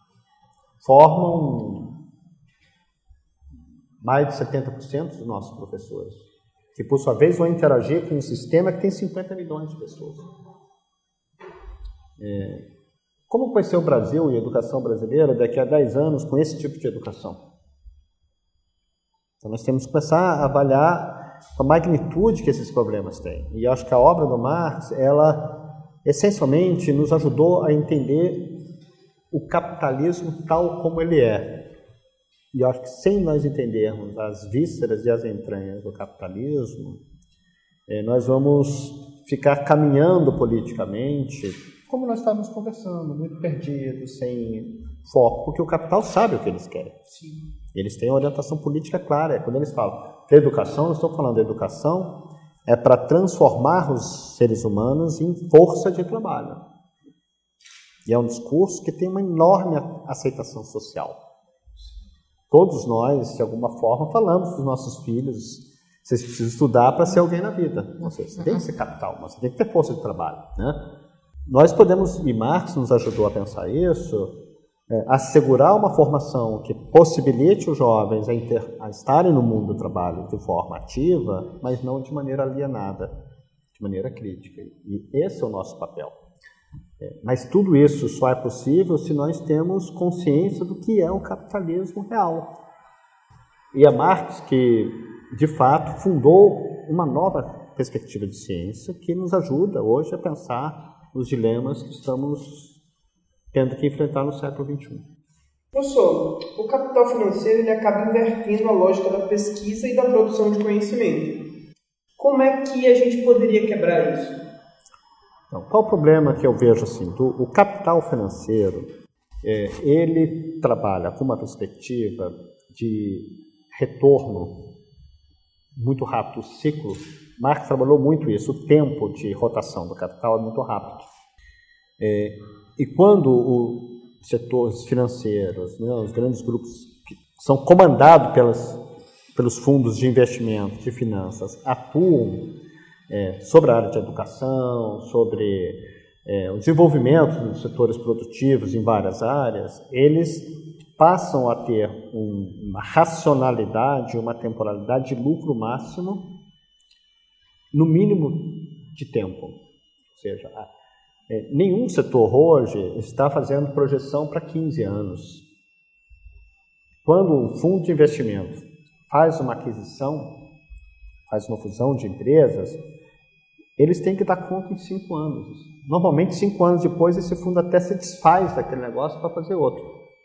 Formam mais de 70% dos nossos professores, que, por sua vez, vão interagir com um sistema que tem 50 milhões de pessoas. Como vai ser o Brasil e a educação brasileira daqui a 10 anos com esse tipo de educação? Então, nós temos que começar a avaliar a magnitude que esses problemas têm. E acho que a obra do Marx, ela, essencialmente, nos ajudou a entender o capitalismo tal como ele é. E acho que sem nós entendermos as vísceras e as entranhas do capitalismo, nós vamos ficar caminhando politicamente, como nós estávamos conversando, muito perdidos, sem foco, porque o capital sabe o que eles querem. Sim. Eles têm uma orientação política clara. Quando eles falam de educação, não estou falando de educação, para transformar os seres humanos em força de trabalho. E é um discurso que tem uma enorme aceitação social. Todos nós, de alguma forma, falamos para os nossos filhos: vocês precisam estudar para ser alguém na vida. Você tem que ser capital, mas você tem que ter força de trabalho, né? Nós podemos, e Marx nos ajudou a pensar isso, assegurar uma formação que possibilite os jovens a estarem no mundo do trabalho de forma ativa, mas não de maneira alienada, de maneira crítica. E esse é o nosso papel. Mas tudo isso só é possível se nós temos consciência do que é o capitalismo real. E é Marx que, de fato, fundou uma nova perspectiva de ciência que nos ajuda hoje a pensar os dilemas que estamos tendo que enfrentar no século XXI. Professor, o capital financeiro ele acaba invertendo a lógica da pesquisa e da produção de conhecimento. Como é que a gente poderia quebrar isso? Então, qual o problema que eu vejo assim? O capital financeiro, ele trabalha com uma perspectiva de retorno muito rápido, o ciclo. Marx trabalhou muito isso, o tempo de rotação do capital é muito rápido. E quando os setores financeiros, né, os grandes grupos que são comandados pelos fundos de investimento, de finanças, atuam sobre a área de educação, sobre o desenvolvimento dos setores produtivos em várias áreas, eles passam a ter uma racionalidade, uma temporalidade de lucro máximo no mínimo de tempo. Ou seja, nenhum setor hoje está fazendo projeção para 15 anos. Quando um fundo de investimento faz uma aquisição, faz uma fusão de empresas, eles têm que dar conta em 5 anos. Normalmente, 5 anos depois, esse fundo até se desfaz daquele negócio para fazer outro.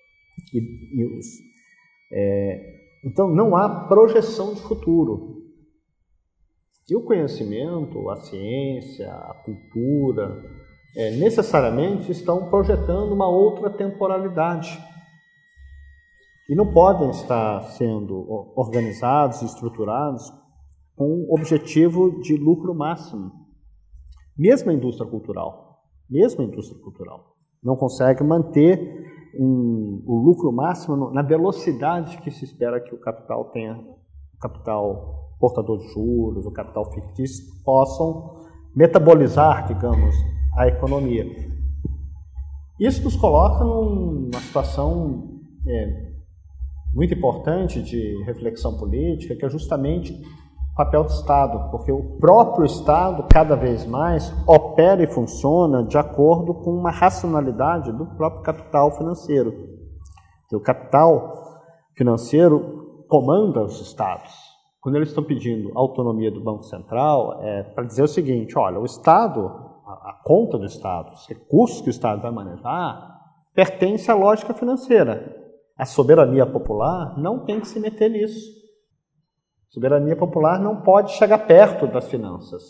Então, não há projeção de futuro. E o conhecimento, a ciência, a cultura, necessariamente estão projetando uma outra temporalidade. E não podem estar sendo organizados, estruturados com o objetivo de lucro máximo. Mesmo a indústria cultural não consegue manter o lucro máximo na velocidade que se espera que o capital tenha, o capital portador de juros, o capital fictício, possam metabolizar, digamos, a economia. Isso nos coloca numa situação muito importante de reflexão política, que é justamente o papel do Estado, porque o próprio Estado, cada vez mais, opera e funciona de acordo com uma racionalidade do próprio capital financeiro. O capital financeiro comanda os Estados. Quando eles estão pedindo autonomia do Banco Central, para dizer o seguinte: olha, o Estado, a conta do Estado, os recursos que o Estado vai manejar, pertence à lógica financeira. A soberania popular não tem que se meter nisso. A soberania popular não pode chegar perto das finanças.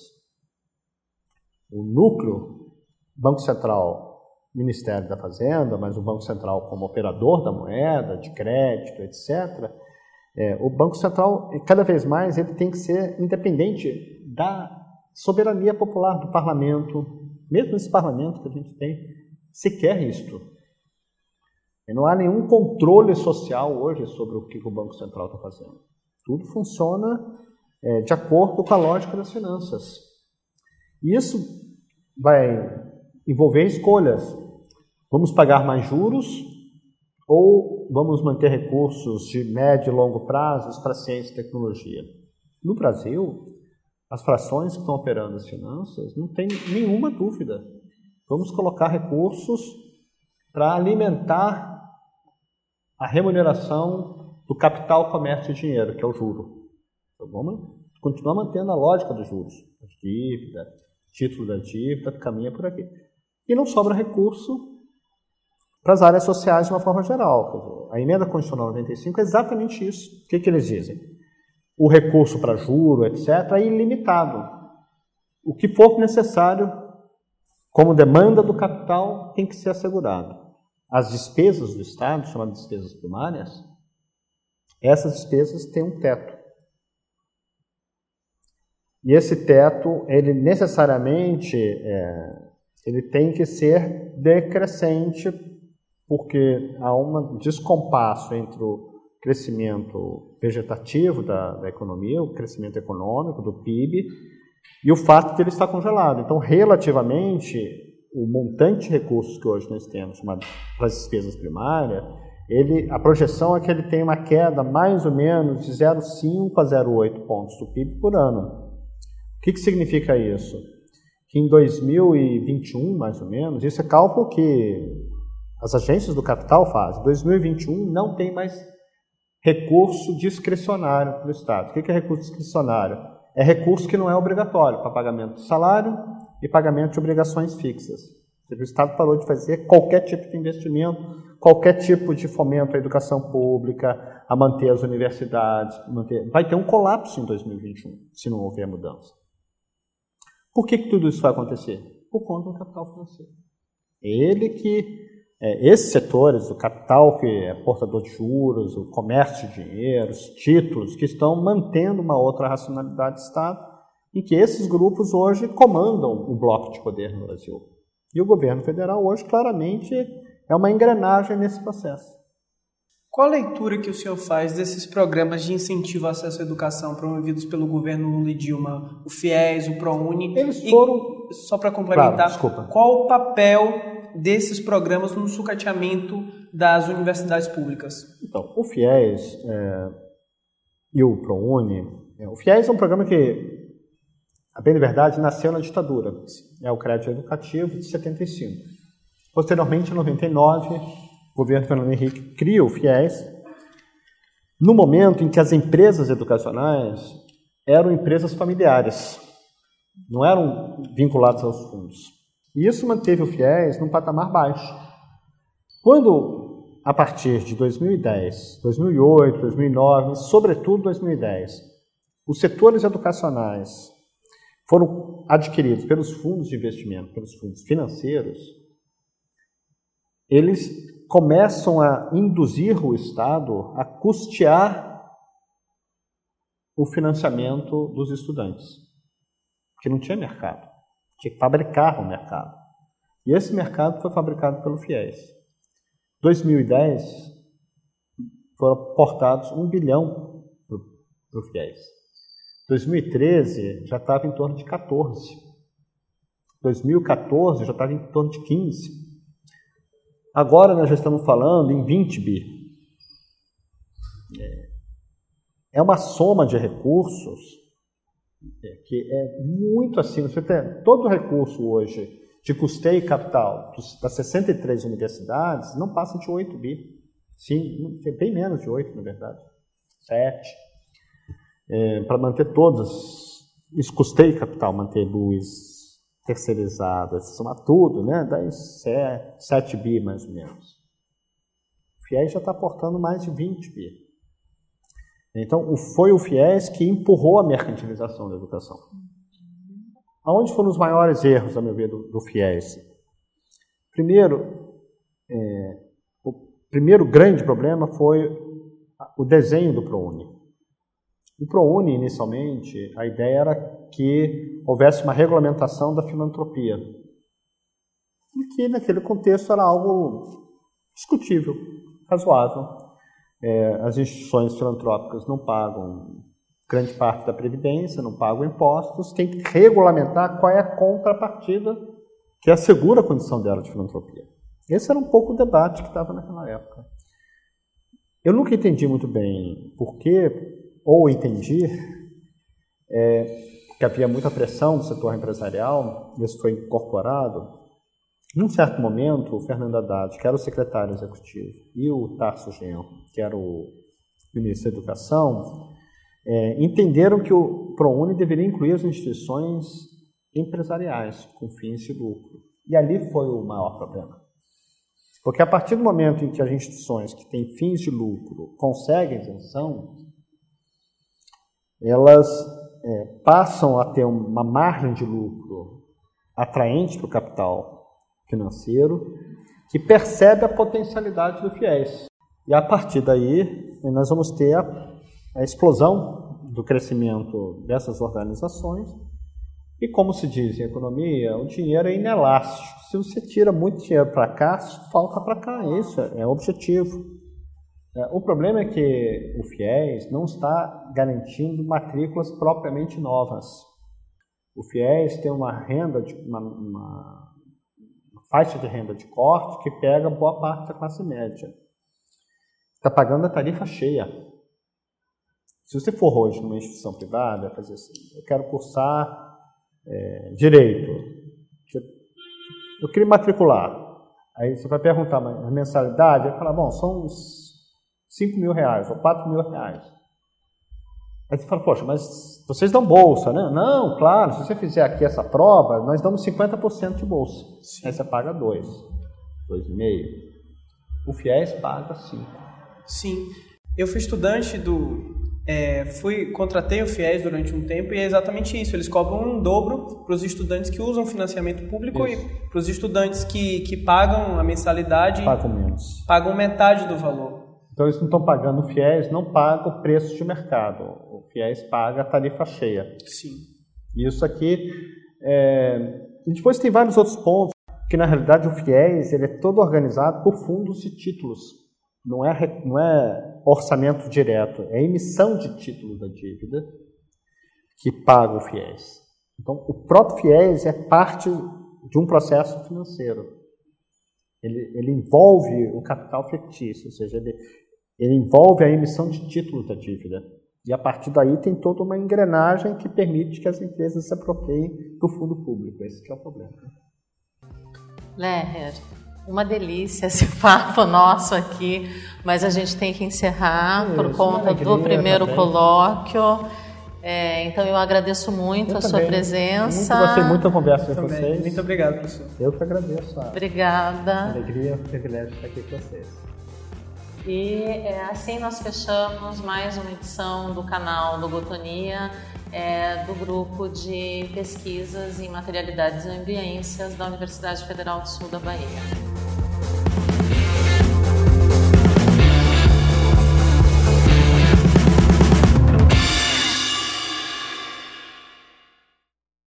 O núcleo, Banco Central, Ministério da Fazenda, mas o Banco Central como operador da moeda, de crédito, etc., o Banco Central, cada vez mais, ele tem que ser independente da soberania popular do parlamento. Mesmo esse parlamento que a gente tem, sequer isto. Não há nenhum controle social hoje sobre o que o Banco Central está fazendo. Tudo funciona de acordo com a lógica das finanças. E isso vai envolver escolhas. Vamos pagar mais juros ou vamos manter recursos de médio e longo prazo para ciência e tecnologia? No Brasil, as frações que estão operando as finanças, não tem nenhuma dúvida. Vamos colocar recursos para alimentar a remuneração do capital, comércio e dinheiro, que é o juro. Então, vamos continuar mantendo a lógica dos juros. A dívida, título da dívida, caminha por aqui. E não sobra recurso para as áreas sociais de uma forma geral. A emenda constitucional 95 é exatamente isso. O que eles dizem? O recurso para juro, etc., é ilimitado. O que for necessário, como demanda do capital, tem que ser assegurado. As despesas do Estado, chamadas despesas primárias, essas despesas têm um teto. E esse teto, ele necessariamente ele tem que ser decrescente, porque há um descompasso entre o crescimento vegetativo da economia, o crescimento econômico, do PIB, e o fato de ele estar congelado. Então, relativamente, o montante de recursos que hoje nós temos, chamado para as despesas primárias, a projeção é que ele tem uma queda mais ou menos de 0,5 a 0,8 pontos do PIB por ano. O que significa isso? Que em 2021, mais ou menos, isso é cálculo que as agências do capital fazem. Em 2021 não tem mais recurso discricionário para o Estado. O que é recurso discricionário? É recurso que não é obrigatório para pagamento de salário e pagamento de obrigações fixas. O Estado parou de fazer qualquer tipo de investimento, qualquer tipo de fomento à educação pública, a manter as universidades. Vai ter um colapso em 2021, se não houver mudança. Por que tudo isso vai acontecer? Por conta do capital financeiro. Esses setores, o capital que é portador de juros, o comércio de dinheiro, os títulos, que estão mantendo uma outra racionalidade do Estado, em que esses grupos hoje comandam o bloco de poder no Brasil. E o governo federal hoje, claramente, é uma engrenagem nesse processo. Qual a leitura que o senhor faz desses programas de incentivo ao acesso à educação promovidos pelo governo Lula e Dilma, o FIES, o ProUni? Eles foram... Só para complementar, claro, qual o papel desses programas no sucateamento das universidades públicas? Então, o FIES e o ProUni... o FIES é um programa que, a bem de verdade, nasceu na ditadura. É o crédito educativo de 75. Posteriormente, em 99... o governo Fernando Henrique cria o FIES no momento em que as empresas educacionais eram empresas familiares, não eram vinculadas aos fundos. E isso manteve o FIES num patamar baixo. Quando, a partir de 2010, 2008, 2009, sobretudo 2010, os setores educacionais foram adquiridos pelos fundos de investimento, pelos fundos financeiros, eles começam a induzir o Estado a custear o financiamento dos estudantes, porque não tinha mercado, tinha que fabricar o mercado. E esse mercado foi fabricado pelo FIES. Em 2010, foram aportados 1 bilhão para o FIES. Em 2013, já estava em torno de 14. Em 2014, já estava em torno de 15. Agora nós já estamos falando em 20 bi. É uma soma de recursos que é muito acima. Você tem todo o recurso hoje de custeio e capital das 63 universidades não passa de 8 bi. Sim, bem menos de 8, na verdade. 7. Para manter todas, isso custeio e capital, manter luz terceirizada, somar tudo, né? Dá 7 bi mais ou menos. O FIES já está aportando mais de 20 bi. Então, foi o FIES que empurrou a mercantilização da educação. Aonde foram os maiores erros, a meu ver, do FIES? Primeiro, o primeiro grande problema foi o desenho do ProUni. O ProUni, inicialmente, a ideia era que houvesse uma regulamentação da filantropia. E que, naquele contexto, era algo discutível, razoável. As instituições filantrópicas não pagam grande parte da previdência, não pagam impostos, tem que regulamentar qual é a contrapartida que assegura a condição dela de filantropia. Esse era um pouco o debate que estava naquela época. Eu nunca entendi muito bem por quê, ou entendi que havia muita pressão do setor empresarial, isso foi incorporado. Num certo momento, o Fernando Haddad, que era o secretário executivo, e o Tarso Genro, que era o ministro da Educação, entenderam que o ProUni deveria incluir as instituições empresariais com fins de lucro. E ali foi o maior problema. Porque a partir do momento em que as instituições que têm fins de lucro conseguem isenção, elas passam a ter uma margem de lucro atraente para o capital financeiro, que percebe a potencialidade do FIES. E a partir daí, nós vamos ter a explosão do crescimento dessas organizações. E como se diz em economia, o dinheiro é inelástico. Se você tira muito dinheiro para cá, falta para cá. Isso é objetivo. O problema é que o FIES não está garantindo matrículas propriamente novas. O FIES tem uma renda, uma faixa de renda de corte que pega boa parte da classe média. Está pagando a tarifa cheia. Se você for hoje numa instituição privada, fazer assim, eu quero cursar direito, eu queria matricular. Aí você vai perguntar, mas a mensalidade? Ele fala, bom, são uns R$5.000 ou R$4.000. Aí você fala, poxa, mas vocês dão bolsa, né? Não, claro, se você fizer aqui essa prova, nós damos 50% de bolsa. Sim. Aí você paga 2,5. O FIES paga 5. Sim. Eu fui estudante contratei o FIES durante um tempo e é exatamente isso. Eles cobram um dobro para os estudantes que usam financiamento público isso. E para os estudantes que pagam a mensalidade pagam menos. Pagam metade do valor. Então eles não estão pagando o FIES, não paga o preço de mercado. O FIES paga a tarifa cheia. Sim. Isso aqui. E depois tem vários outros pontos, que na realidade o FIES ele é todo organizado por fundos de títulos. não é orçamento direto, é emissão de título da dívida que paga o FIES. Então, o próprio FIES é parte de um processo financeiro. Ele envolve o capital fictício, ou seja, ele envolve a emissão de título da dívida. E a partir daí tem toda uma engrenagem que permite que as empresas se apropriem do fundo público. Esse que é o problema. Leher, uma delícia esse papo nosso aqui, mas a gente tem que encerrar por conta do primeiro colóquio. Então eu agradeço muito a sua presença. Eu gostei muito da conversa com vocês. Muito obrigado, professor. Eu que agradeço. Obrigada. Alegria, privilégio estar aqui com vocês. E assim nós fechamos mais uma edição do canal Logotonia, do grupo de pesquisas em materialidades e ambiências da Universidade Federal do Sul da Bahia.